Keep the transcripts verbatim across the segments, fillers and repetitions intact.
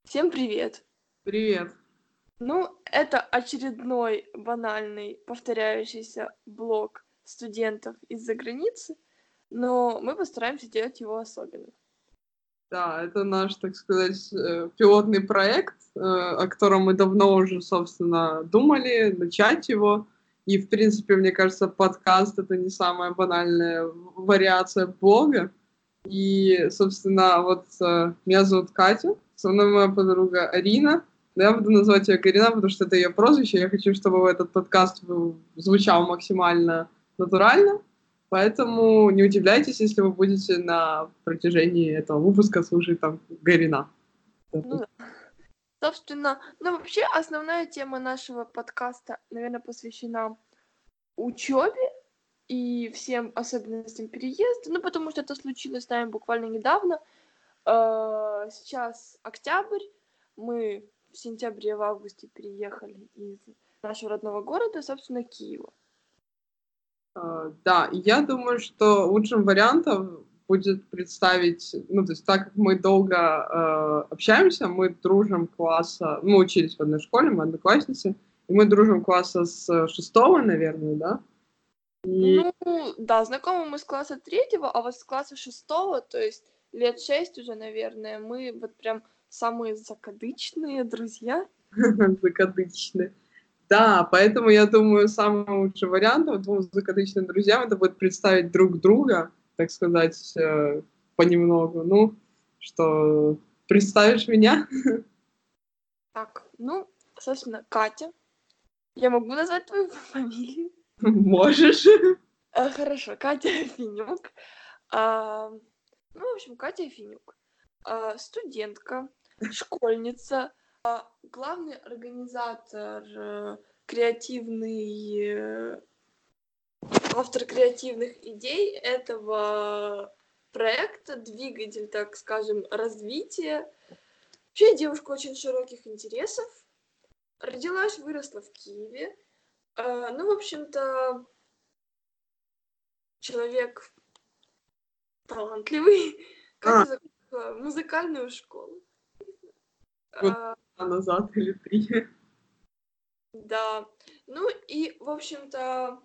Всем привет! Привет! Ну, это очередной банальный повторяющийся блог студентов из-за границы, но мы постараемся сделать его особенным. Да, это наш, так сказать, э, пилотный проект, э, о котором мы давно уже, собственно, думали, начать его. И, в принципе, мне кажется, подкаст — это не самая банальная в вариация блога. И, собственно, вот, э, меня зовут Катя, со мной моя подруга Арина. Но я буду называть её Карина, потому что это её прозвище. Я хочу, чтобы этот подкаст был звучал максимально натурально. Поэтому не удивляйтесь, если вы будете на протяжении этого выпуска слушать там Гарина. Ну да. Собственно, ну вообще основная тема нашего подкаста, наверно, посвящена учёбе и всем особенностям переезда. Ну, потому что это случилось с нами буквально недавно. Э, сейчас октябрь, мы в сентябре, в августе переехали из нашего родного города, собственно, Киева. Э, да, и я думаю, что лучшим вариантом будет представить, ну, то есть так как мы долго, э, общаемся, мы дружим класса, мы учились в одной школе, мы одноклассницы, и мы дружим класса с шестого, наверное, да? И Ну да, знакомы мы с класса третьего, а вот с класса шестого, то есть лет шесть уже, наверное, мы вот прям самые закадычные друзья. Закадычные. Да, поэтому я думаю, самый лучший вариант вот двум закадычным друзьям — это будет представить друг друга, так сказать, э, понемногу. Ну что, представишь меня? Так, ну, собственно, Катя. Я могу назвать твою фамилию? Можешь. Э, хорошо, Катя Фенюк. А, ну, в общем, Катя Фенюк, а, студентка, школьница, а, главный организатор, э, креативный автор креативных идей этого проекта, двигатель, так скажем, развития. Вообще девушка очень широких интересов. Родилась, выросла в Киеве. Э, ну, в общем-то человек талантливый. А. Катя закончила музыкальную школу. Год А два назад или три. Да. Ну и, в общем-то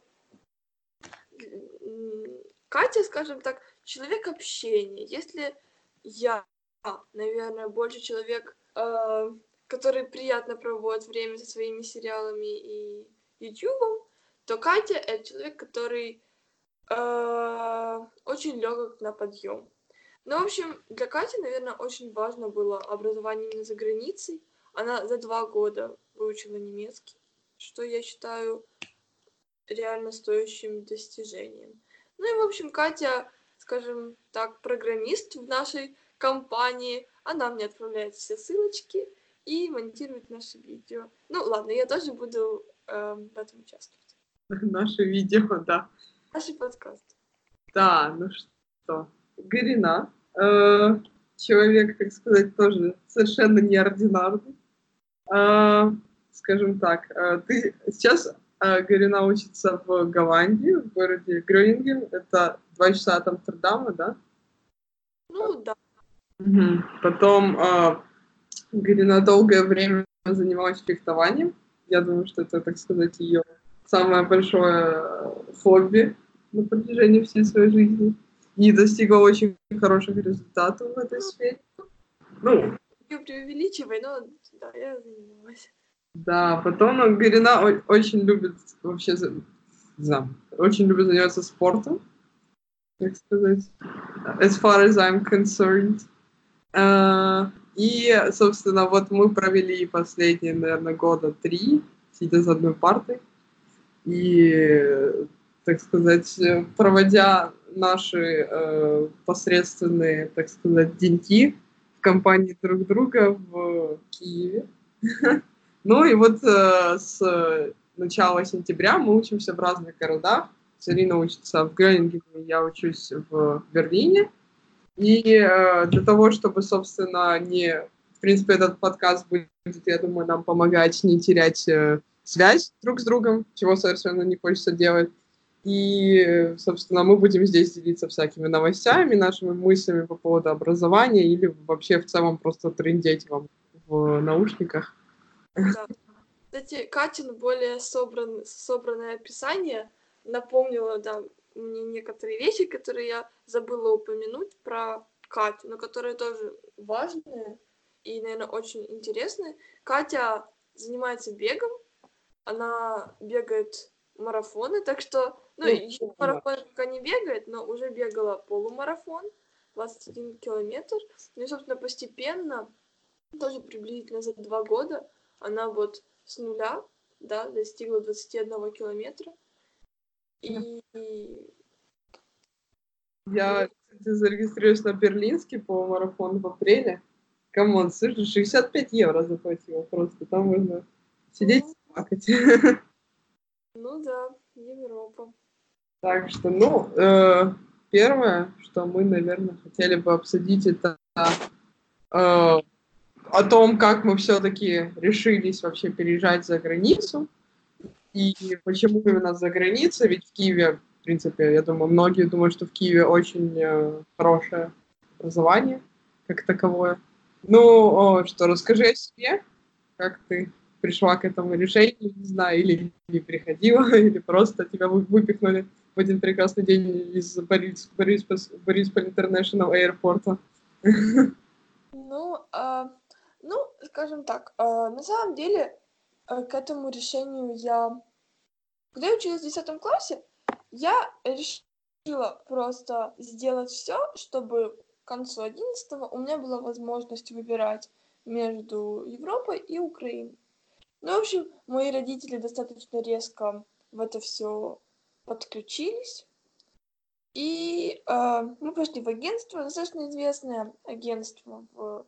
м, Катя, скажем так, человек общения. Если я, наверное, больше человек, э, который приятно проводит время со своими сериалами и ютубом, то Катя — это человек, который, э, очень лёгок на подъём. Ну, в общем, для Кати, наверно, очень важно было образование именно за границей. Она за два года выучила немецкий, что я считаю реально стоящим достижением. Ну и, в общем, Катя, скажем так, программист в нашей компании. Она мне отправляет все ссылочки и монтирует наши видео. Ну ладно, я тоже буду, э, в этом участвовать. Наше видео, да. Наши подкасты. Да, ну что, Гарина, э, человек, так сказать, тоже совершенно неординарный. Э, скажем так, э, ты сейчас, э, Гарина учится в Голландии, в городе Грёнинген. Это два часа от Амстердама, да? Ну да. Мгм. Потом, э, Гарина долгое время занималась фехтованием. Я думаю, что это, так сказать, её самое большое хобби на протяжении всей своей жизни. И достигла очень хороших результатов в этой сфере. Ну Не преувеличивай, но да, я занималась. Да, потом, ну, Гарина о очень любит вообще за не знаю, очень любит заниматься спортом, так сказать, as far as I'm concerned. Э, и, собственно, вот мы провели последние, наверно, года три, сидя за одной партой. И, так сказать, э, проводя наши, э, посредственные, так сказать, деньки в компании друг друга в Киеве. Ну и вот, э, с начала сентября мы учимся в разных городах. Арина учится в Грёнингене, я учусь в Берлине. И, э, для того, чтобы, собственно, не в принципе, этот подкаст будет, я думаю, нам помогать не терять, э, связь друг с другом, чего совершенно не хочется делать. И, собственно, мы будем здесь делиться всякими новостями, нашими мыслями по поводу образования или вообще в целом просто трындеть вам в наушниках. Да. Кстати, Катин более собран, собранное описание напомнило, да, мне некоторые вещи, которые я забыла упомянуть про Катю, но которые тоже важные и, наверное, очень интересные. Катя занимается бегом, она бегает марафоны, так что, ну, Ну, еще марафон пока не бегает, но уже бегала полумарафон, двадцать один километр. Ну и, собственно, постепенно, тоже приблизительно за два года, она вот с нуля, да, достигла двадцати одного километра. И, и я, кстати, зарегистрируюсь на берлинский по марафону в апреле. Камон, слушай, шестьдесят пять евро заплатила просто. Там можно сидеть ну, и плакать. ну да, Европа. Так что, ну, э, первое, что мы, наверное, хотели бы обсудить, это э, о том, как мы все-таки решились вообще переезжать за границу и почему именно за границей, ведь в Киеве, в принципе, я думаю, многие думают, что в Киеве очень э, хорошее образование как таковое. Ну, о, что, расскажи о себе, как ты пришла к этому решению, не знаю, или не приходила, или просто тебя вы- выпихнули в один прекрасный день из Борис, Борис, Борисполь Интернешнл аэропорта. Ну, а, ну, скажем так, а, на самом деле а, к этому решению я... Когда я училась в десятом классе, я решила просто сделать все, чтобы к концу одиннадцатого у меня была возможность выбирать между Европой и Украиной. Ну, в общем, мои родители достаточно резко в это все подключились. И э, мы пошли в агентство, достаточно известное агентство в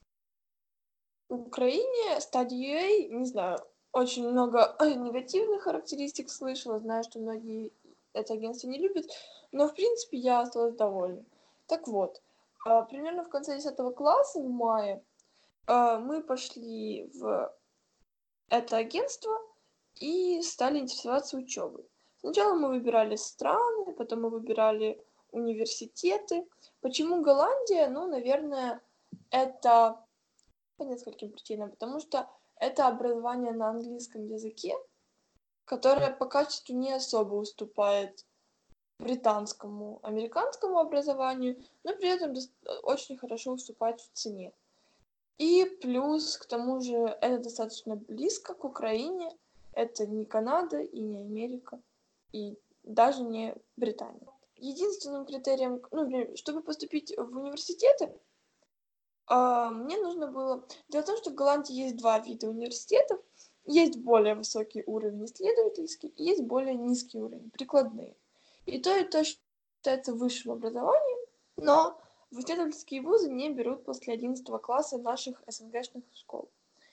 Украине, Study.ua, не знаю, очень много негативных характеристик слышала, знаю, что многие это агентство не любят, но, в принципе, я осталась довольна. Так вот, а, примерно в конце десятого класса, в мае, а, мы пошли в это агентство и стали интересоваться учебой. Сначала мы выбирали страны, потом мы выбирали университеты. Почему Голландия? Ну, наверное, это по нескольким причинам. Потому что это образование на английском языке, которое по качеству не особо уступает британскому, американскому образованию, но при этом очень хорошо уступает в цене. И плюс, к тому же, это достаточно близко к Украине. Это не Канада и не Америка, и даже не Британия. Единственным критерием, ну, чтобы поступить в университеты, а, мне нужно было... Дело в том, что в Голландии есть два вида университетов. Есть более высокий уровень исследовательский, и есть более низкий уровень, прикладные. И то, и то считается высшим образованием, но в исследовательские вузы не берут после одиннадцатого класса наших СНГшных школ.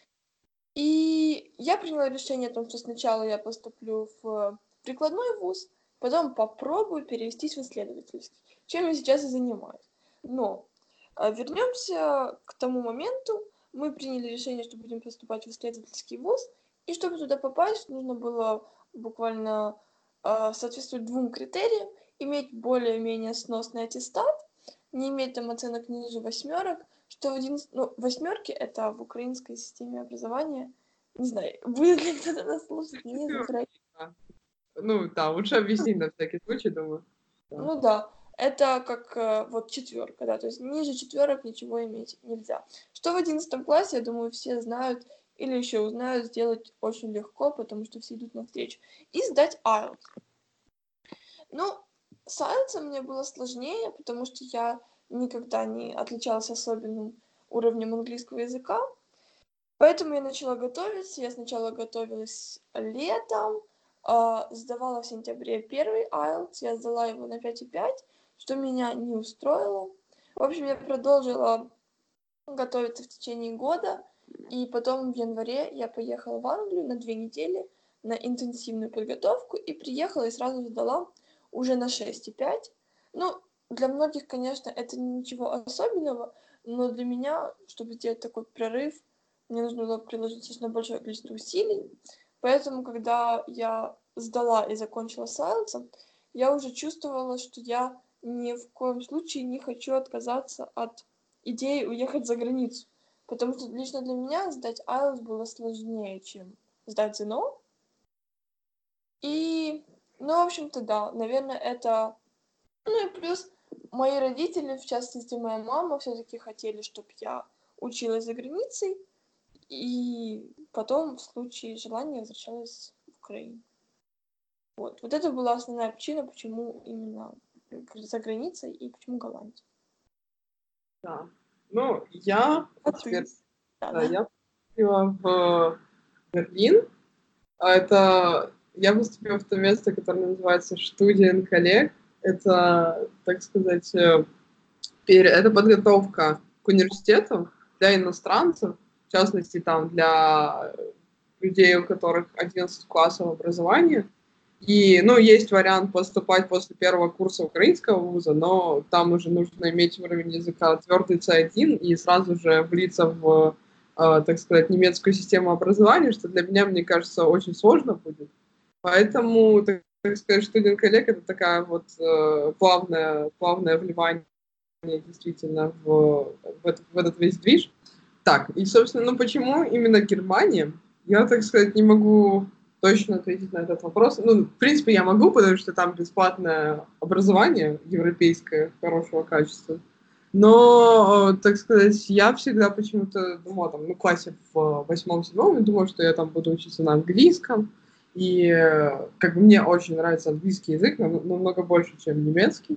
И я приняла решение о том, что сначала я поступлю в прикладной вуз, потом попробую перевестись в исследовательский, чем я сейчас и занимаюсь. Но вернемся к тому моменту. Мы приняли решение, что будем поступать в исследовательский вуз, и чтобы туда попасть, нужно было буквально э, соответствовать двум критериям: иметь более-менее сносный аттестат, не иметь там оценок ниже восьмерок, что в один... Ну, восьмерки это в украинской системе образования. Не знаю, будет ли кто-то нас слушать, не из Украины. Ну, да, лучше объяснить на всякий случай, думаю. Да. Ну да, это как э, вот четверка, да, то есть ниже четверок ничего иметь нельзя. Что в одиннадцатом классе, я думаю, все знают или еще узнают, сделать очень легко, потому что все идут навстречу. И сдать айлтс. Ну, с айлтс мне было сложнее, потому что я никогда не отличалась особенным уровнем английского языка. Поэтому я начала готовиться. Я сначала готовилась летом, э, сдавала в сентябре первый айлтс, я сдала его на пять и пять, что меня не устроило. В общем, я продолжила готовиться в течение года, и потом в январе я поехала в Англию на две недели на интенсивную подготовку и приехала и сразу сдала уже на шесть и пять. Ну, для многих, конечно, это ничего особенного, но для меня, чтобы сделать такой прорыв, мне нужно было приложить достаточно большое количество усилий. Поэтому, когда я сдала и закончила с айлтсом, я уже чувствовала, что я ни в коем случае не хочу отказаться от идеи уехать за границу. Потому что лично для меня сдать айлтс было сложнее, чем сдать ЗНО. И, ну, в общем-то, да, наверное, это... Ну и плюс мои родители, в частности, моя мама, все-таки хотели, чтобы я училась за границей, и потом, в случае желания, возвращалась в Украину. Вот. Вот это была основная причина, почему именно за границей и почему Голландия. Да. Ну, я А теперь, ты? Да, да, да. я поступила в Берлин. А это я поступила в то место, которое называется Студиенколлег. Это, так сказать, э, пере- это подготовка к университету для иностранцев, в частности, там для людей, у которых одиннадцать классов образования. И, ну, есть вариант поступать после первого курса украинского вуза, но там уже нужно иметь уровень языка твердый си один и сразу же влиться в, э, так сказать, немецкую систему образования, что для меня, мне кажется, очень сложно будет. Поэтому, так, так сказать, студент-коллег — это такая вот э, плавное, плавное вливание действительно в, в, этот, в этот весь движ. Так, и, собственно, ну почему именно Германия? Я, так сказать, не могу точно ответить на этот вопрос. Ну, в принципе, я могу, потому что там бесплатное образование европейское, хорошего качества. Но, так сказать, я всегда почему-то думала, там, ну, в классе в восьмом-седьмом, я думала, что я там буду учиться на английском. И как бы мне очень нравится английский язык, намного больше, чем немецкий.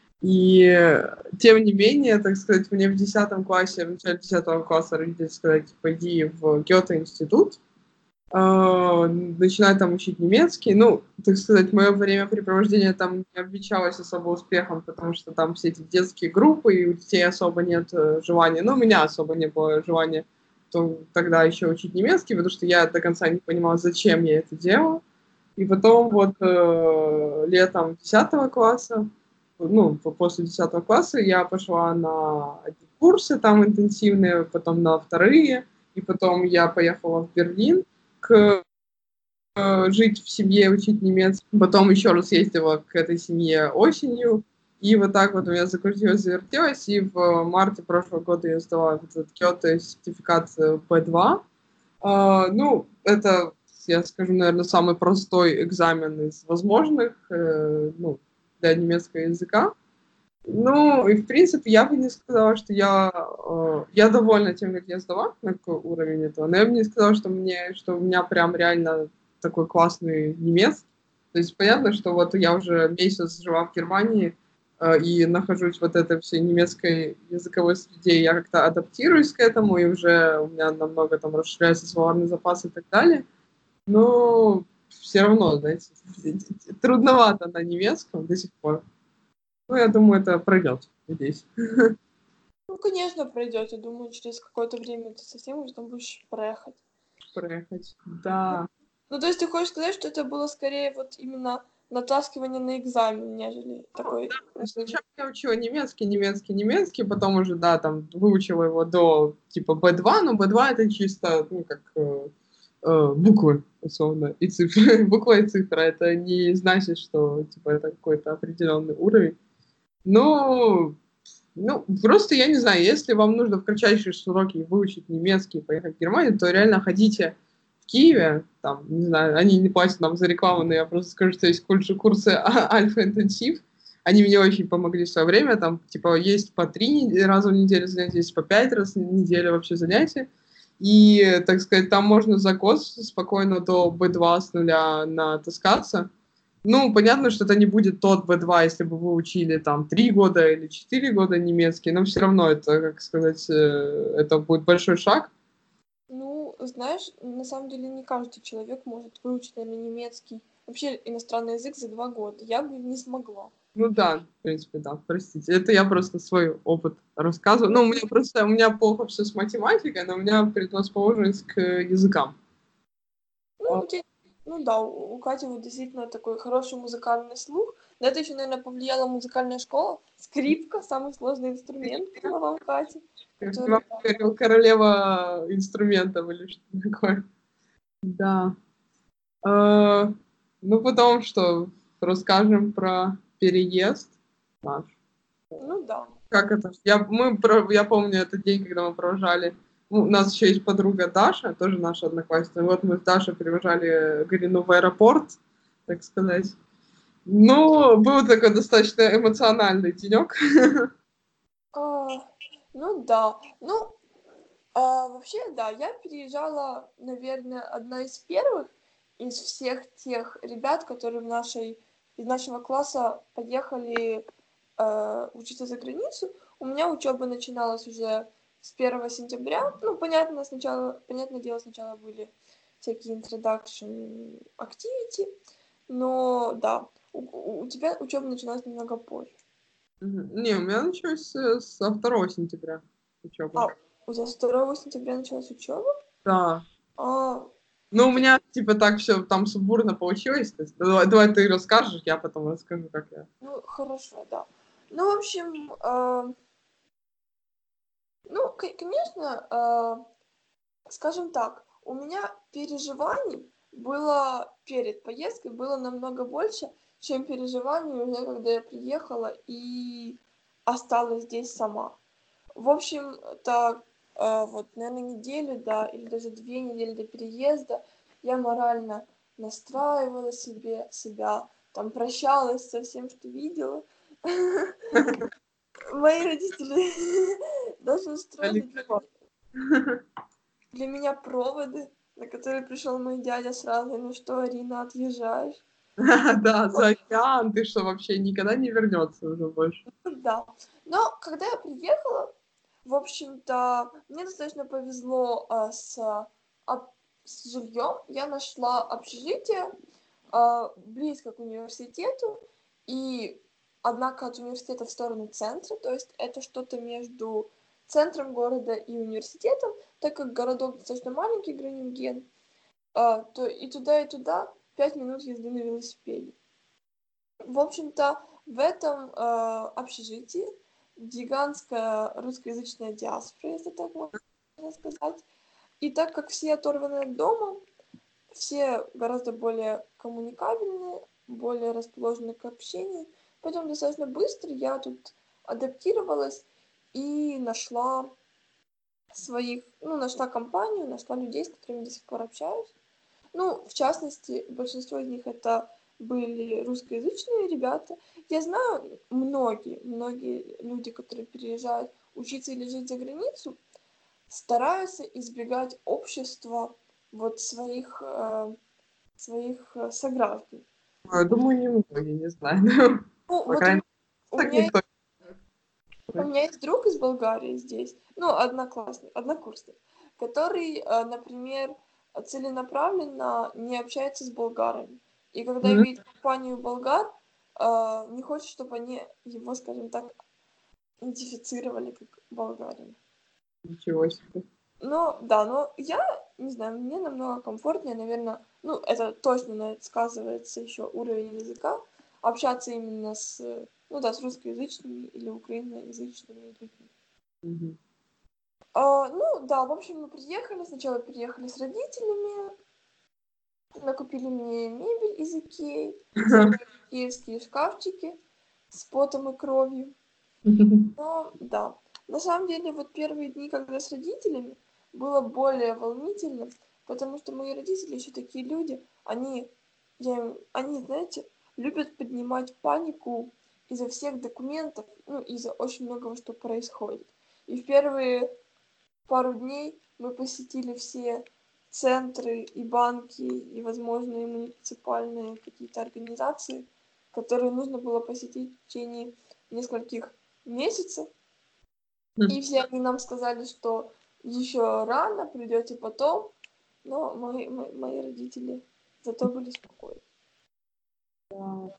И тем не менее, так сказать, мне в десятом классе, в начале десятого класса родители сказали, типа, иди в Гёте-институт, э, начинай там учить немецкий. Ну, так сказать, мое времяпрепровождение там не обвечалось особо успехом, потому что там все эти детские группы, и у детей особо нет э, желания. Ну, у меня особо не было желания то, тогда еще учить немецкий, потому что я до конца не понимала, зачем я это делала. И потом вот э, летом десятого класса, ну, после десятого класса я пошла на одни курсы там интенсивные, потом на вторые, и потом я поехала в Берлин к, э, жить в семье, учить немецкий. Потом еще раз ездила к этой семье осенью, и вот так вот у меня закрутилось, завертелось, и в марте прошлого года я сдала этот Кёте сертификат бэ два. А, ну, это, я скажу, наверное, самый простой экзамен из возможных, э, ну, для немецкого языка. Ну, и в принципе, я бы не сказала, что я, э, я довольна тем, как я сдала, на какой уровень этого, но я бы не сказала, что мне, что у меня прям реально такой классный немецкий. То есть понятно, что вот я уже месяц жила в Германии э, и нахожусь в вот этой всей немецкой языковой среде, и я как-то адаптируюсь к этому, и уже у меня намного там расширяется словарный запас и так далее. Но все равно, знаете, трудновато на немецком до сих пор. Ну, я думаю, это пройдет, надеюсь. Ну, конечно, пройдет. Я думаю, через какое-то время ты совсем уже там будешь проехать. Проехать. Да. Ну, то есть ты хочешь сказать, что это было скорее вот именно натаскивание на экзамен, нежели такой... Сначала я учила немецкий, немецкий, немецкий, потом уже, да, там, выучила его до, типа, бэ два, но бэ два это чисто, ну, как э, э, буквы, условно, и цифры. Буква и цифра, это не значит, что, типа, это какой-то определенный уровень. Но, ну, просто, я не знаю, если вам нужно в кратчайшие сроки выучить немецкий и поехать в Германию, то реально ходите в Киеве, там, не знаю, они не платят нам за рекламу, но я просто скажу, что есть курсы, курсы Альфа-интенсив, они мне очень помогли в свое время, там, типа, есть по три раза в неделю занятия, есть по пять раз в неделю вообще занятия, и, так сказать, там можно за год спокойно до бэ два с нуля натаскаться. Ну, понятно, что это не будет тот бэ два, если бы вы учили там три года или четыре года немецкий, но все равно это, как сказать, э, это будет большой шаг. Ну, знаешь, на самом деле не каждый человек может выучить, наверное, немецкий, вообще иностранный язык за два года. Я бы не смогла. Ну да, в принципе, да, простите. Это я просто свой опыт рассказываю. Ну, у меня просто, у меня плохо все с математикой, но у меня предрасположенность к языкам. Ну, у тебя- ну да, у, у Кати вот действительно такой хороший музыкальный слух. На это еще, наверное, повлияла музыкальная школа. Скрипка, самый сложный инструмент была вам, Катя. Как я Который... вам говорила, королева инструментов или что такое. Да. Э, ну, потом что? Расскажем про переезд наш. Ну да. Как это? Я, мы, про- я помню этот день, когда мы провожали У нас еще есть подруга Даша, тоже наша одноклассница. Вот мы с Дашей привожали Галину в аэропорт, так сказать. Ну, был такой достаточно эмоциональный денек. А, ну да. Ну, а, вообще, да, я переезжала, наверное, одна из первых из всех тех ребят, которые в нашей, из нашего класса поехали э, учиться за границу. У меня учеба начиналась уже с первого сентября. Ну, понятно, сначала, понятное дело, сначала были всякие introduction activity, но да, у, у- у тебя учеба началась немного позже. Мгм. Не, у меня началось э, со второго сентября учеба. А, у тебя с второго сентября началась учеба? Да. А, Ну, у меня, типа, так все там сумбурно получилось. То есть, давай, давай ты расскажешь, я потом расскажу, как я. ну, хорошо, да. Ну, в общем, э, ну, к- конечно, э, скажем так, у меня переживаний было перед поездкой было намного больше, чем переживаний уже, когда я приехала и осталась здесь сама. В общем-то, э, вот, наверное, неделю, да, или даже две недели до переезда я морально настраивала себе, себя, там, прощалась со всем, что видела. Мои родители даже устроили для, Далеко. для меня проводы, на которые пришел мой дядя сразу. Ну что, Арина, отъезжаешь? Да, за океан, ты что, вообще никогда не вернется уже больше. Да. Но когда я приехала, в общем-то, мне достаточно повезло а, с, а, с жильем. Я нашла общежитие а, близко к университету, и однако от университета в сторону центра, то есть это что-то между центром города и университетом, так как городок достаточно маленький, Гронинген, а, то и туда, и туда пять минут езды на велосипеде. В общем-то, в этом э, общежитии гигантская русскоязычная диаспора, если так можно сказать. И так как все оторваны от дома, все гораздо более коммуникабельные, более расположены к общению. Поэтому достаточно быстро я тут адаптировалась и нашла своих, ну, нашла компанию, нашла людей, с которыми до сих пор общаюсь. Ну, в частности, большинство из них это были русскоязычные ребята. Я знаю, многие, многие люди, которые переезжают учиться или жить за границу, стараются избегать общества вот своих, э, своих э, сограждан. Я думаю, немногие, не знаю. Ну, По вот у, крайней м- мере, у так меня, никто у не меня есть друг из Болгарии здесь, ну, одноклассник, однокурсник, который, э, например, целенаправленно не общается с болгарами. И когда знает. видит компанию болгар, э, не хочет, чтобы они его, скажем так, идентифицировали как болгарин. Ничего себе. Ну, да, но я, не знаю, мне намного комфортнее, наверное, ну, это точно на это сказывается еще уровень языка, общаться именно с, ну да, с русскоязычными или украиноязычными людьми. Мгм. А, ну, да, в общем, мы приехали, сначала приехали с родителями, накупили мне мебель из Икеи, всякие икеевские шкафчики с потом и кровью. Но, да, на самом деле, вот первые дни, когда с родителями, было более волнительно, потому что мои родители еще такие люди, они, я им, они, знаете, любят поднимать панику из-за всех документов, ну, из-за очень многого, что происходит. И в первые пару дней мы посетили все центры и банки, и возможные муниципальные какие-то организации, которые нужно было посетить в течение нескольких месяцев. И все они нам сказали, что еще рано, придете потом, но мои, мои, мои родители зато были спокойны. Да.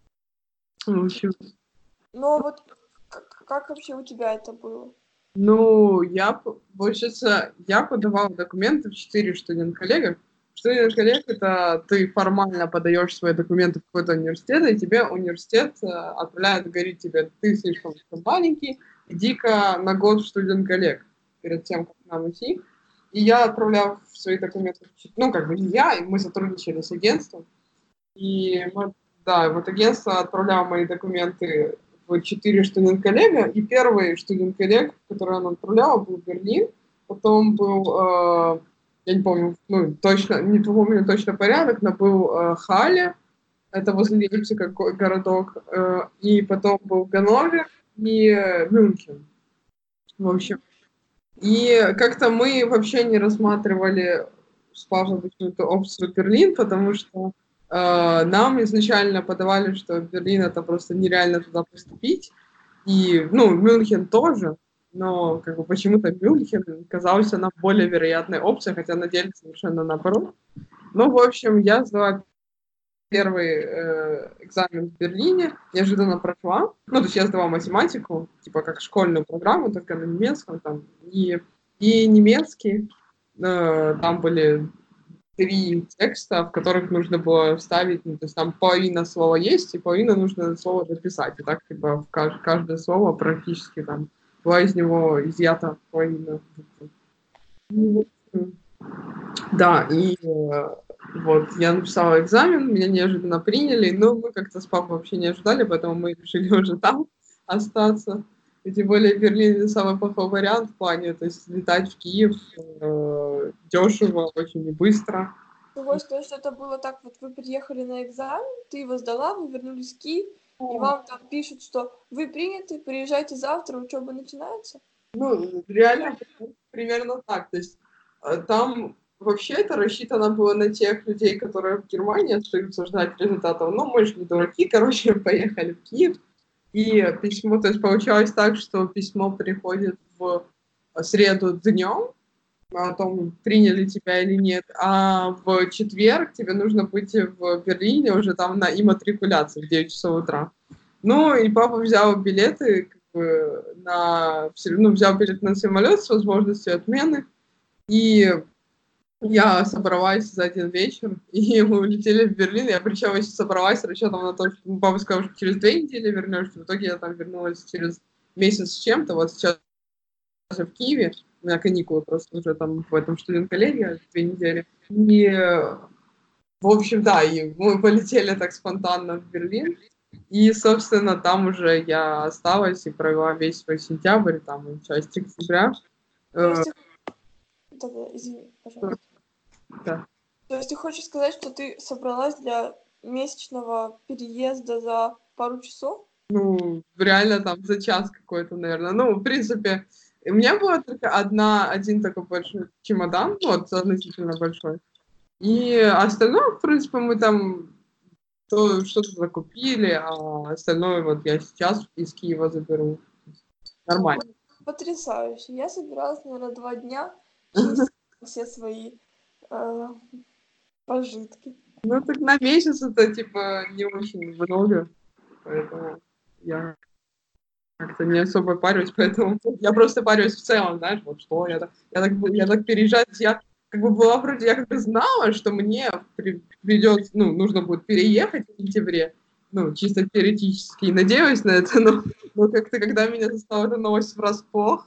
В общем, Но вот как, как вообще у тебя это было? ну, я, п- получается, я подавала документы в четыре студент-коллега. Студент-коллег — это ты формально подаешь свои документы в какой-то университет, и тебе университет э, отправляет, говорит тебе, ты слишком маленький, иди-ка на год в студент-коллег перед тем, как к нам идти. И я отправлял свои документы, в чет- ну, как бы не я, и мы сотрудничали с агентством. И мы, да, вот агентство отправляло мои документы в четыре студент-коллега, и первый студент-коллег, который он отправлял, был Берлин. потом был, э, я не помню, ну, точно, не помню точно порядок, но был э, Хале, это возле Лейпцига го- городок, э, и потом был Ганновер и э, Мюнхен, в общем. И как-то мы вообще не рассматривали с папой почему-то опцию Берлин, потому что э, нам изначально подавали, что Берлин это просто нереально туда поступить. И, ну, Мюнхен тоже, но как бы почему-то Мюнхен казался нам более вероятной опцией, хотя на деле совершенно наоборот. Ну, в общем, я сдала первый э, экзамен в Берлине, неожиданно прошла. Ну, то есть я сдавала математику, типа как школьную программу, только на немецком там. И, и немецкий, э, там были три текста, в которых нужно было вставить, ну, то есть там половина слова есть, и половина нужно слово дописать. И так, типа, в кажд- каждое слово практически там была из него изъята половина буквы. Ну, в общем, да, и э, вот я написала экзамен, меня неожиданно приняли, но мы как-то с папой вообще не ожидали, поэтому мы решили уже там остаться. И тем более Берлин не самый плохой вариант в плане, то есть летать в Киев э, дешево, очень и быстро. Ты хочешь сказать, что это было так, вот вы приехали на экзамен, ты его сдала, вы вернулись в Киев, и вам там пишут, что вы приняты, приезжайте завтра, учеба начинается? Ну, реально примерно так. То есть э, там вообще это рассчитано было на тех людей, которые в Германии остаются ждать результатов. Ну, мы же не дураки, короче, поехали в Киев. И письмо, то есть получалось так, что письмо приходит в среду днем, о том, приняли тебя или нет, а в четверг тебе нужно быть в Берлине уже там на имматрикуляции в девять часов утра. Ну, и папа взял билеты, как бы, на, ну, взял билет на самолет с возможностью отмены, и я собралась за один вечер, и мы улетели в Берлин. Я причем еще собралась с расчетом на то, что ну, папа сказал, что через две недели вернешься. В итоге я там вернулась через месяц с чем-то. Вот сейчас в Киеве. У меня каникулы просто уже там в этом студент-коллегии две недели. И, э, в общем, да, и мы полетели так спонтанно в Берлин. И, собственно, там уже я осталась и провела весь свой сентябрь, там, и часть октября. То Э, есть ты... Да-да, извини, пожалуйста. да. То есть ты хочешь сказать, что ты собралась для месячного переезда за пару часов? Ну, реально там за час какой-то, наверное. Ну, в принципе, у меня была только одна, один такой большой чемодан, ну, вот относительно большой. И остальное, в принципе, мы там то что-то закупили, а остальное вот я сейчас из Киева заберу. Нормально. Ой, потрясающе. Я собиралась, наверное, два дня чистить все свои э, пожитки. Ну, так на месяц это, типа, не очень много, поэтому я как-то не особо парюсь, поэтому я просто парюсь в целом, знаешь, вот что я так, я так, я так переезжать, я как бы была вроде, я как бы знала, что мне при, придется, ну, нужно будет переехать в сентябре, ну, чисто теоретически, и надеюсь на это, но, но как-то, когда меня застала эта новость врасплох,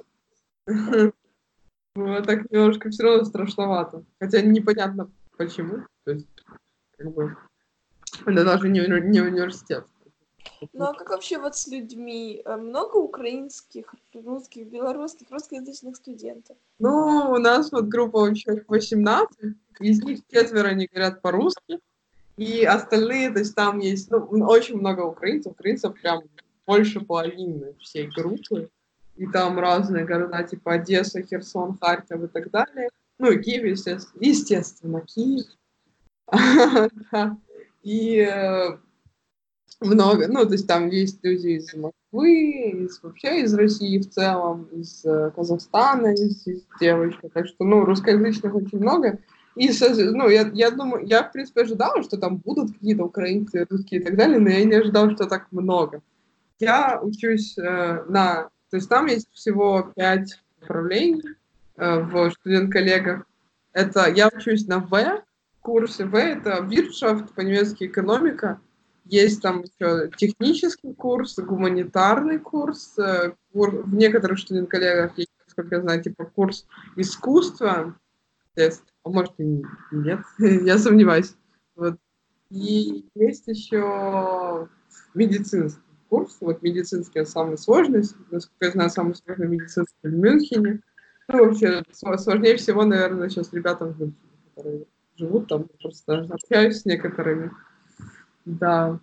ну, так немножко все равно страшновато. Хотя непонятно почему. То есть, как бы, это даже не, уни- не университет. Ну а как вообще вот с людьми? Э, Много украинских, русских, белорусских, русскоязычных студентов? Ну, у нас вот группа человек восемнадцать, из них четверо не говорят по-русски, и остальные, то есть там есть, ну, м, очень много украинцев, украинцев прям больше половины всей группы, и там разные города, типа Одесса, Херсон, Харьков и так далее. Ну, и Киев, естественно, естественно, Киев. Да. И э, много, ну, то есть там есть люди из Москвы, из, вообще из России в целом, из э, Казахстана есть, есть девочка, так что, ну, русскоязычных очень много. И, со- ну, я, я думаю, я, в принципе, ожидала, что там будут какие-то украинцы, русские и так далее, но я не ожидала, что так много. Я учусь э, на... То есть там есть всего пять направлений э, в студент-коллегах. Это я учусь на В курсе. В это Wirtschaft, по-немецки экономика. Есть там еще технический курс, гуманитарный курс. э, кур- В некоторых студент-коллегах есть, насколько я знаю, типа курс искусства. Тест. А может и нет, я сомневаюсь. Вот. И есть еще медицинский курс. Вот медицинский самый сложный, насколько я знаю, самый сложный медицинский в Мюнхене. Ну, вообще, сл- сложнее всего, наверное, сейчас ребятам, в Мюнхене, которые живут там, просто даже общаюсь с некоторыми. Да.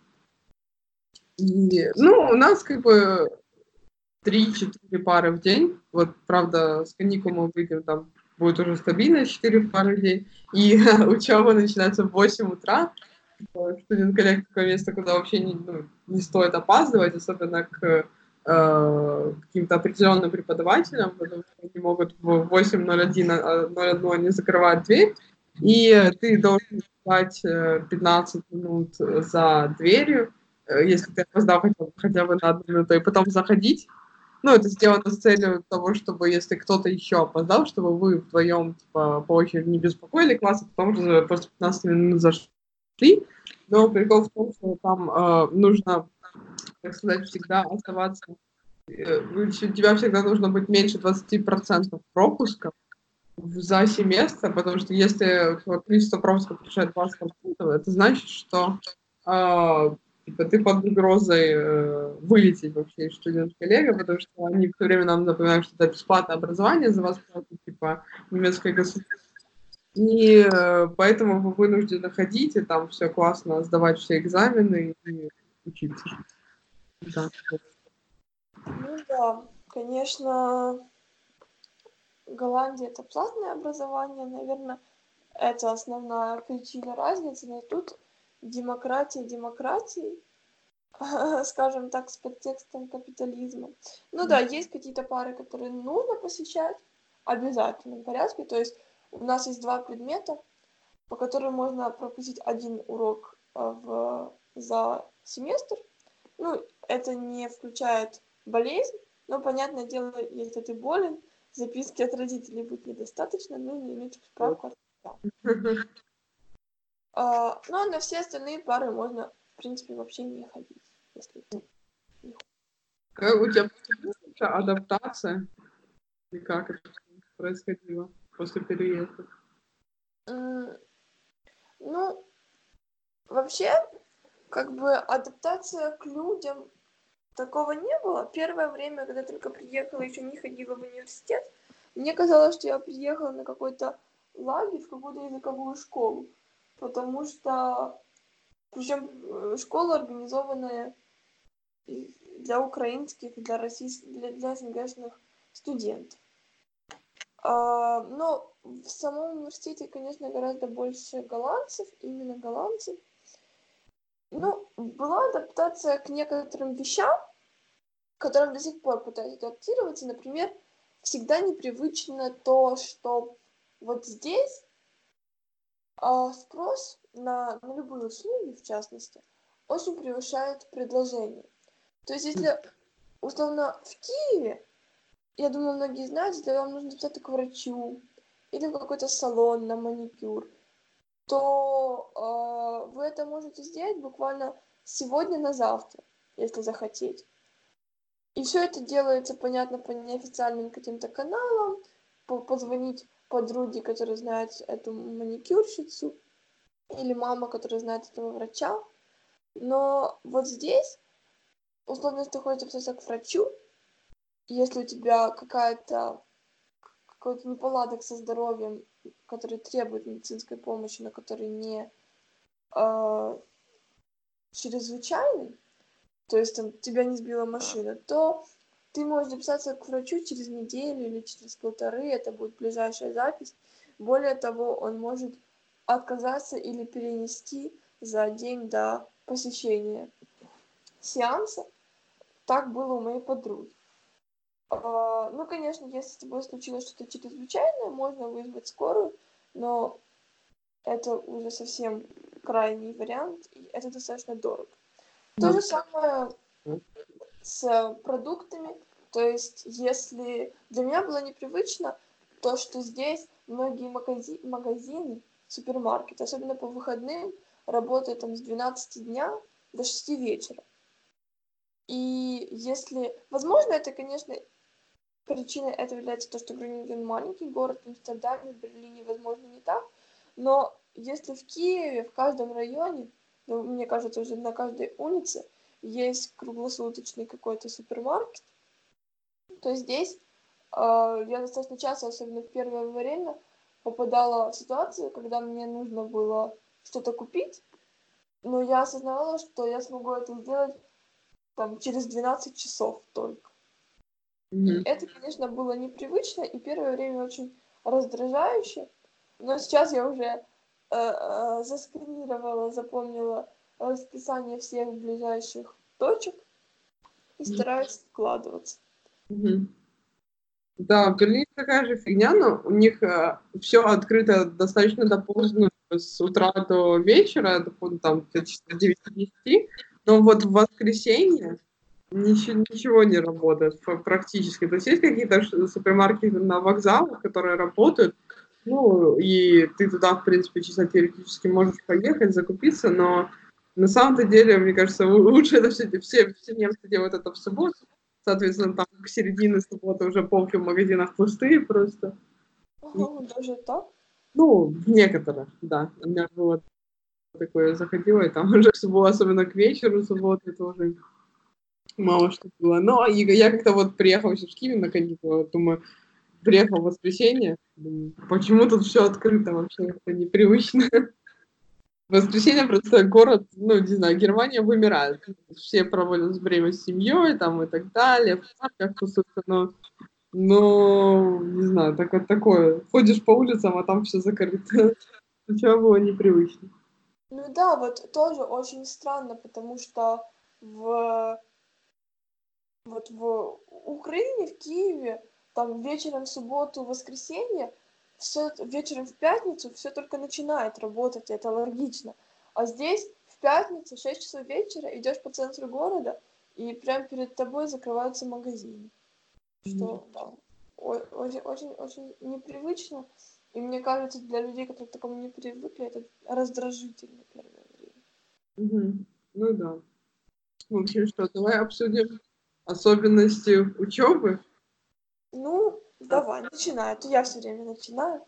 И, ну, у нас как бы три-четыре пары в день. Вот, правда, с каникул мы выйдем, там будет уже стабильно четыре пары в день. И учеба начинается в восемь утра. Студент-коллег такое место, куда вообще не, ну, не стоит опаздывать, особенно к э, каким-то определенным преподавателям, потому что они могут в восемь ноль один а, ноль один не закрывать дверь, и ты должен ждать э, пятнадцать минут за дверью, э, если ты опоздал хотя бы, хотя бы на одну минуту, и потом заходить. Ну, это сделано с целью того, чтобы, если кто-то еще опоздал, чтобы вы вдвоем, типа, по очереди не беспокоили класс, а потом уже после пятнадцати минут зашли. Но прикол в том, что там э, нужно, так сказать, всегда оставаться, э, у тебя всегда нужно быть меньше двадцати процентов пропуска в- за семестр, потому что если твое количество пропусков превышает двадцать процентов, это значит, что э, типа, ты под угрозой э, вылететь вообще из студент-коллега, потому что они все время нам напоминают, что это бесплатное образование, за вас платит, типа, немецкое государство. И э, поэтому вы вынуждены ходить, и там все классно, сдавать все экзамены и учиться. Да. Ну да, конечно, Голландия это платное образование, наверное, это основная причина разницы, но тут демократия демократии, скажем так, с подтекстом капитализма. Ну да, есть какие-то пары, которые нужно посещать в обязательном порядке, то есть у нас есть два предмета, по которым можно пропустить один урок э, в, за семестр. Ну, это не включает болезнь, но, понятное дело, если ты болен, записки от родителей будет недостаточно, ну, не иметь справку от себя. А, ну, а на все остальные пары можно, в принципе, вообще не ходить, если ты не хочешь. Как у тебя происходила адаптация? И как это происходило после переезда? М, Ну, вообще, как бы адаптация к людям такого не было. Первое время, когда только приехала, еще не ходила в университет, мне казалось, что я приехала на какой-то лагерь, в какую-то языковую школу. Потому что, причем э, школа организованная для украинских, для российских, для, для СНГшных студентов. А, но в самом университете, конечно, гораздо больше голландцев, именно голландцев. Ну, была адаптация к некоторым вещам, к которым до сих пор пытаюсь адаптироваться. Например, всегда непривычно то, что вот здесь а, спрос на, на любые услуги, в частности, очень превышает предложение. То есть, если условно в Киеве, я думаю, многие знают, если вам нужно записаться к врачу или в какой-то салон на маникюр, то э, вы это можете сделать буквально сегодня на завтра, если захотеть. И все это делается, понятно, по неофициальным каким-то каналам, позвонить подруге, которая знает эту маникюрщицу, или мама, которая знает этого врача. Но вот здесь, условно, если ты хочешь записаться к врачу, если у тебя какая-то какой-то неполадок со здоровьем, который требует медицинской помощи, но который не э, чрезвычайный, то есть там тебя не сбила машина, то ты можешь записаться к врачу через неделю или через полторы, это будет ближайшая запись. Более того, он может отказаться или перенести за день до посещения сеанса. Так было у моей подруги. А, ну, конечно, если с тобой случилось что-то чрезвычайное, можно вызвать скорую, но это уже совсем крайний вариант, и это достаточно дорого. То же самое с продуктами. То есть, если для меня было непривычно то, что здесь многие магази- магазины, супермаркеты, особенно по выходным, работают там с двенадцати дня до шести вечера. И если, возможно, это, конечно, причиной этого является то, что Грюнинген маленький город, в Амстердаме, в Берлине, возможно, не так, но если в Киеве, в каждом районе, ну, мне кажется, уже на каждой улице есть круглосуточный какой-то супермаркет, то здесь а, я достаточно часто, особенно в первое время, попадала в ситуацию, когда мне нужно было что-то купить, но я осознавала, что я смогу это сделать там через двенадцать часов только. И Мгм. это, конечно, было непривычно и первое время очень раздражающе, но сейчас я уже э, э, засканировала, запомнила расписание всех ближайших точек и стараюсь вкладываться. Мгм. Да, в Берлине такая же фигня, но у них все открыто достаточно до поздно, с утра до вечера, до, пон- там, где-то часов девять-десять, но вот в воскресенье ничего, ничего не работает ф- практически. То есть есть какие-то ш- супермаркеты на вокзалах, которые работают, ну, и ты туда, в принципе, чисто теоретически можешь поехать, закупиться, но на самом-то деле, мне кажется, лу- лучше это все, все, все немцы делают это в субботу, соответственно, там к середине субботы уже полки в магазинах пустые просто. И, Ага, даже так? ну, в некоторых, да. У меня было такое, заходила, и там уже было, особенно к вечеру субботы, тоже мало что было. Но и я как-то вот приехала сейчас в Киев на каникулы, думаю, приехал в воскресенье, думаю, почему тут все открыто вообще, это непривычно. В воскресенье просто город, ну, не знаю, Германия вымирает. Все проводят время с семьей там и так далее, в парках тусуются, но, но, не знаю, так вот такое. Ходишь по улицам, а там все закрыто. Сначала было непривычно. Ну да, вот тоже очень странно, потому что в вот в Украине, в Киеве, там вечером в субботу, воскресенье, все вечером в пятницу все только начинает работать, и это логично. А здесь в пятницу, шесть часов вечера, идешь по центру города, и прямо перед тобой закрываются магазины. Мгм. Что, да, очень-очень-очень непривычно. И мне кажется, для людей, которые к такому не привыкли, это раздражительно первое время. Мгм. Ну да. В общем, что, давай обсудим особенности учебы. Ну, давай, начинай, а то я все время начинаю.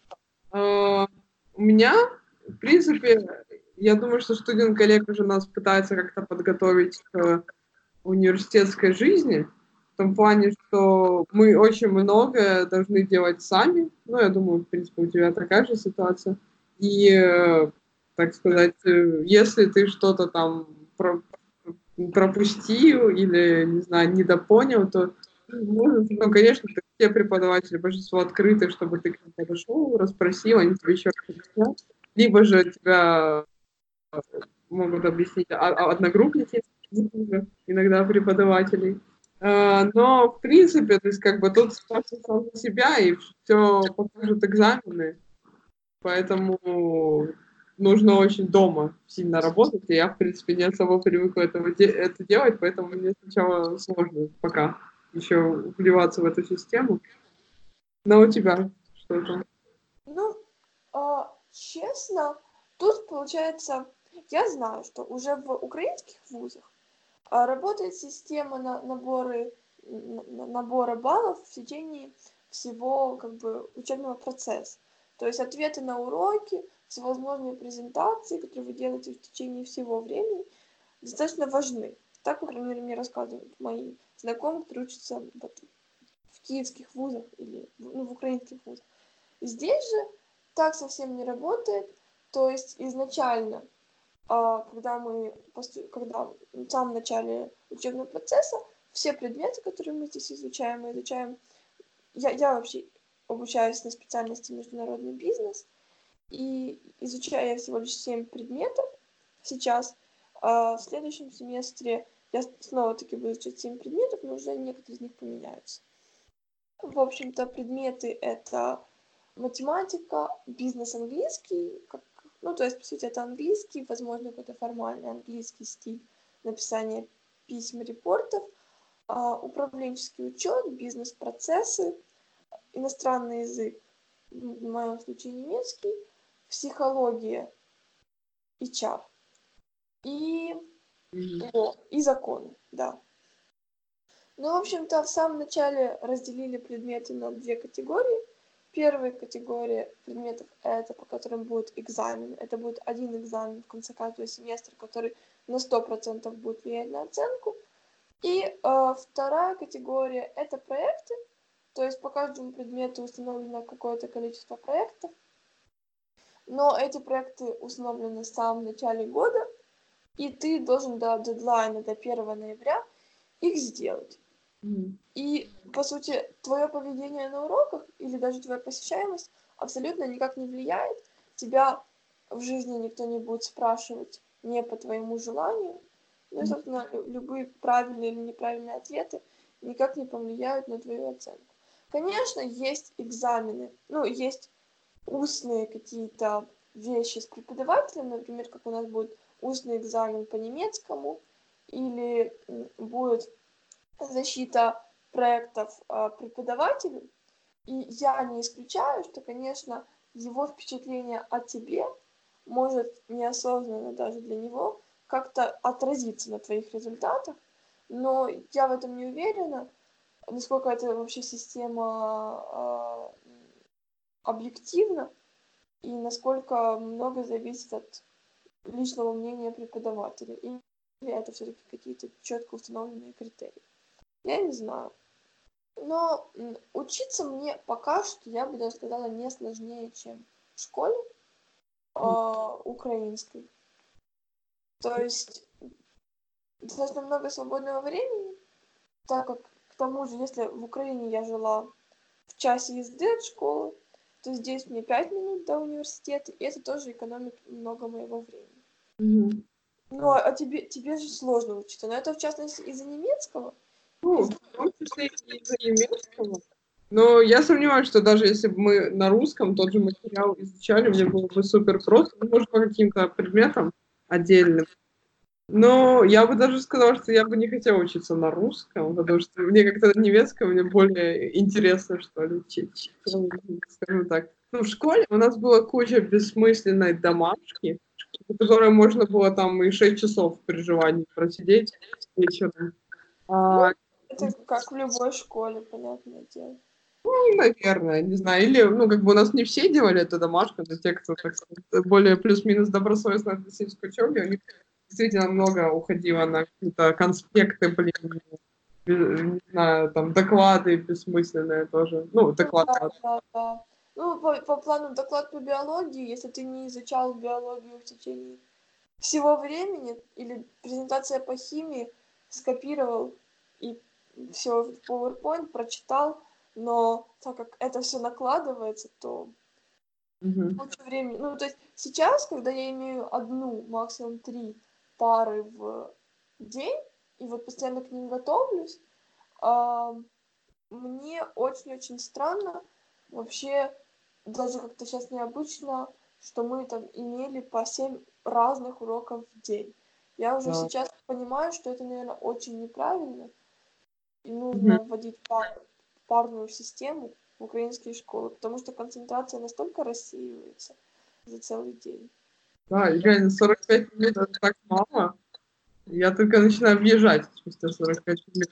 А, у меня, в принципе, я думаю, что студент-коллег уже нас пытается как-то подготовить к университетской жизни, в том плане, что мы очень многое должны делать сами. Ну, я думаю, в принципе, у тебя такая же ситуация. И, э, так сказать, э, если ты что-то там про- пропустил или, не знаю, недопонял, то, ну, может, ну, конечно, ты- все преподаватели, большинство открыты, чтобы ты к ним подошел, расспросил, они тебе еще раз объяснят. Либо же тебя могут объяснить а- а- одногруппники, иногда преподавателей. А, Но, в принципе, то есть, как бы тут каждый сам за себя, и все покажут экзамены, поэтому нужно очень дома сильно работать, и я, в принципе, не особо привыкла этого де- это делать, поэтому мне сначала сложно пока еще вливаться в эту систему. Но у тебя что-то? Ну, а, честно, тут получается, я знаю, что уже в украинских вузах а, работает система на, наборы, н- н- набора баллов в течение всего как бы учебного процесса. То есть ответы на уроки, всевозможные презентации, которые вы делаете в течение всего времени, достаточно важны. Так, по крайней мере, мне рассказывают мои знакомые, которые учатся вот в киевских вузах или ну, в украинских вузах. Здесь же так совсем не работает. То есть изначально, а, когда мы, когда в самом начале учебного процесса, все предметы, которые мы здесь изучаем, мы изучаем, я, я вообще обучаюсь на специальности международный бизнес, и изучаю я всего лишь семь предметов сейчас. А в следующем семестре я снова-таки буду изучать семь предметов, но уже некоторые из них поменяются. В общем-то, предметы это математика, бизнес английский, как, ну, то есть, по сути, это английский, возможно, какой-то формальный английский стиль написания писем, репортов, а, управленческий учет, бизнес-процессы, иностранный язык, в моем случае немецкий, психология, эйч ар и, Мгм. о, и законы, да. Ну, в общем-то, в самом начале разделили предметы на две категории. Первая категория предметов — это по которым будет экзамен. Это будет один экзамен в конце каждого семестра, который на сто процентов будет влиять на оценку. И э, вторая категория — это проекты, То есть по каждому предмету установлено какое-то количество проектов, но эти проекты установлены в самом начале года, и ты должен до дедлайна, до первого ноября их сделать. Мгм. И, по сути, твое поведение на уроках или даже твоя посещаемость абсолютно никак не влияет. Тебя в жизни никто не будет спрашивать не по твоему желанию. Ну и, собственно, лю- любые правильные или неправильные ответы никак не повлияют на твою оценку. Конечно, есть экзамены, ну, есть устные какие-то вещи с преподавателем, например, как у нас будет устный экзамен по немецкому, или м, будет защита проектов а, преподавателю. И я не исключаю, что, конечно, его впечатление о тебе может неосознанно даже для него как-то отразиться на твоих результатах, но я в этом не уверена, насколько это вообще система а, объективна и насколько много зависит от личного мнения преподавателя. Или это все-таки какие-то четко установленные критерии. Я не знаю. Но м, учиться мне пока что, я бы даже сказала, не сложнее, чем в школе а, украинской. То есть достаточно много свободного времени, так как к тому же, если в Украине я жила в часе езды от школы, то здесь мне пять минут до университета, и это тоже экономит много моего времени. Мгм. Ну, а а тебе, тебе же сложно учиться, но это в частности из-за немецкого. Ну, Из... в том числе и из-за немецкого. Но я сомневаюсь, что даже если бы мы на русском тот же материал изучали, мне было бы супер просто, ну, может, по каким-то предметам отдельным. Но я бы даже сказала, что я бы не хотела учиться на русском, потому что мне как-то немецкое мне более интересно, что ли, чем, чем, скажем так. Ну, в школе у нас была куча бессмысленной домашки, которой можно было там и шесть часов при желании просидеть вечером. Ну, А, это как в любой школе, понятное дело. ну, наверное, не знаю. Или, ну, как бы у нас не все делали эту домашку, но те, кто, так сказать, более плюс-минус добросовестно относились к учебе, у них действительно много уходило на какие-то конспекты, блин, э, не знаю, там, доклады бессмысленные тоже. Ну, Ну доклады. да, да, да. Ну, по, по плану доклад по биологии, если ты не изучал биологию в течение всего времени, или презентация по химии, скопировал и все в PowerPoint прочитал, но так как это все накладывается, то Мгм. куча времени. Ну, то есть сейчас, когда я имею одну, максимум три пары в день, и вот постоянно к ним готовлюсь, а, мне очень-очень странно, вообще даже как-то сейчас необычно, что мы там имели по семь разных уроков в день. Я уже Да. сейчас понимаю, что это, наверное, очень неправильно, и Мгм. нужно вводить пар- парную систему в украинские школы, потому что концентрация настолько рассеивается за целый день. Да, и реально сорок пять минут это так мало. Я только начинаю въезжать спустя сорок пять минут.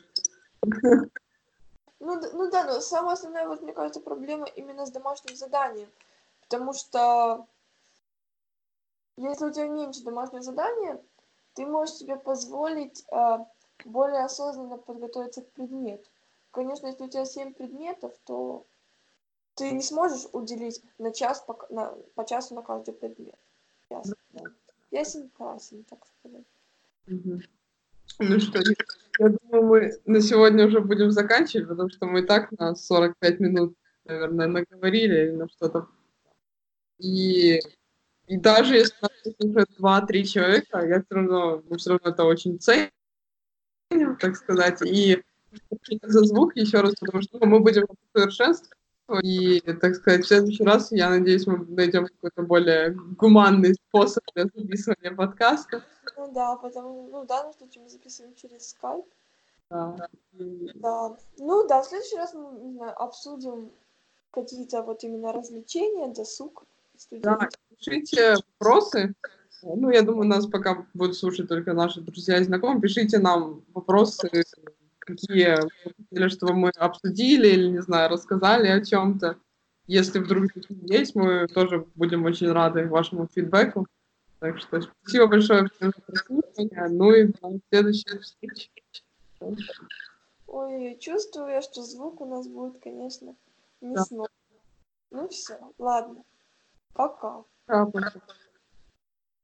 Ну, д- ну да, но самая основная, вот, мне кажется, проблема именно с домашним заданием, потому что если у тебя меньше домашнего задания, ты можешь себе позволить э, более осознанно подготовиться к предмету. Конечно, если у тебя семь предметов, то ты не сможешь уделить на час по, на, по часу на каждый предмет. Ясно. Ясен красен, так сказать. Мгм. Ну что, я думаю, мы на сегодня уже будем заканчивать, потому что мы и так на сорок пять минут, наверное, наговорили или на что-то. И, и даже если нас слушает два-три человека, я все равно, мы все равно это очень ценим, так сказать. И спасибо за звук еще раз, потому что ну, мы будем это совершенствовать. И, так сказать, в следующий раз, я надеюсь, мы найдем какой-то более гуманный способ для записывания подкаста. Ну да, потому, ну, в данном случае мы записываем через скайп. Да. И Да. Ну да, в следующий раз мы, не знаю, обсудим какие-то вот именно развлечения, досуг да, студентов. пишите вопросы. Ну, я думаю, нас пока будут слушать только наши друзья и знакомые. Пишите нам вопросы, какие вы хотели, чтобы мы обсудили или, не знаю, рассказали о чем-то. Если вдруг такие есть, мы тоже будем очень рады вашему фидбэку. Так что спасибо большое всем за прослушивание. Ну и до следующих встреч. Ой, чувствую я, что звук у нас будет, конечно, не Да. снова. Ну все, ладно, пока. Правда.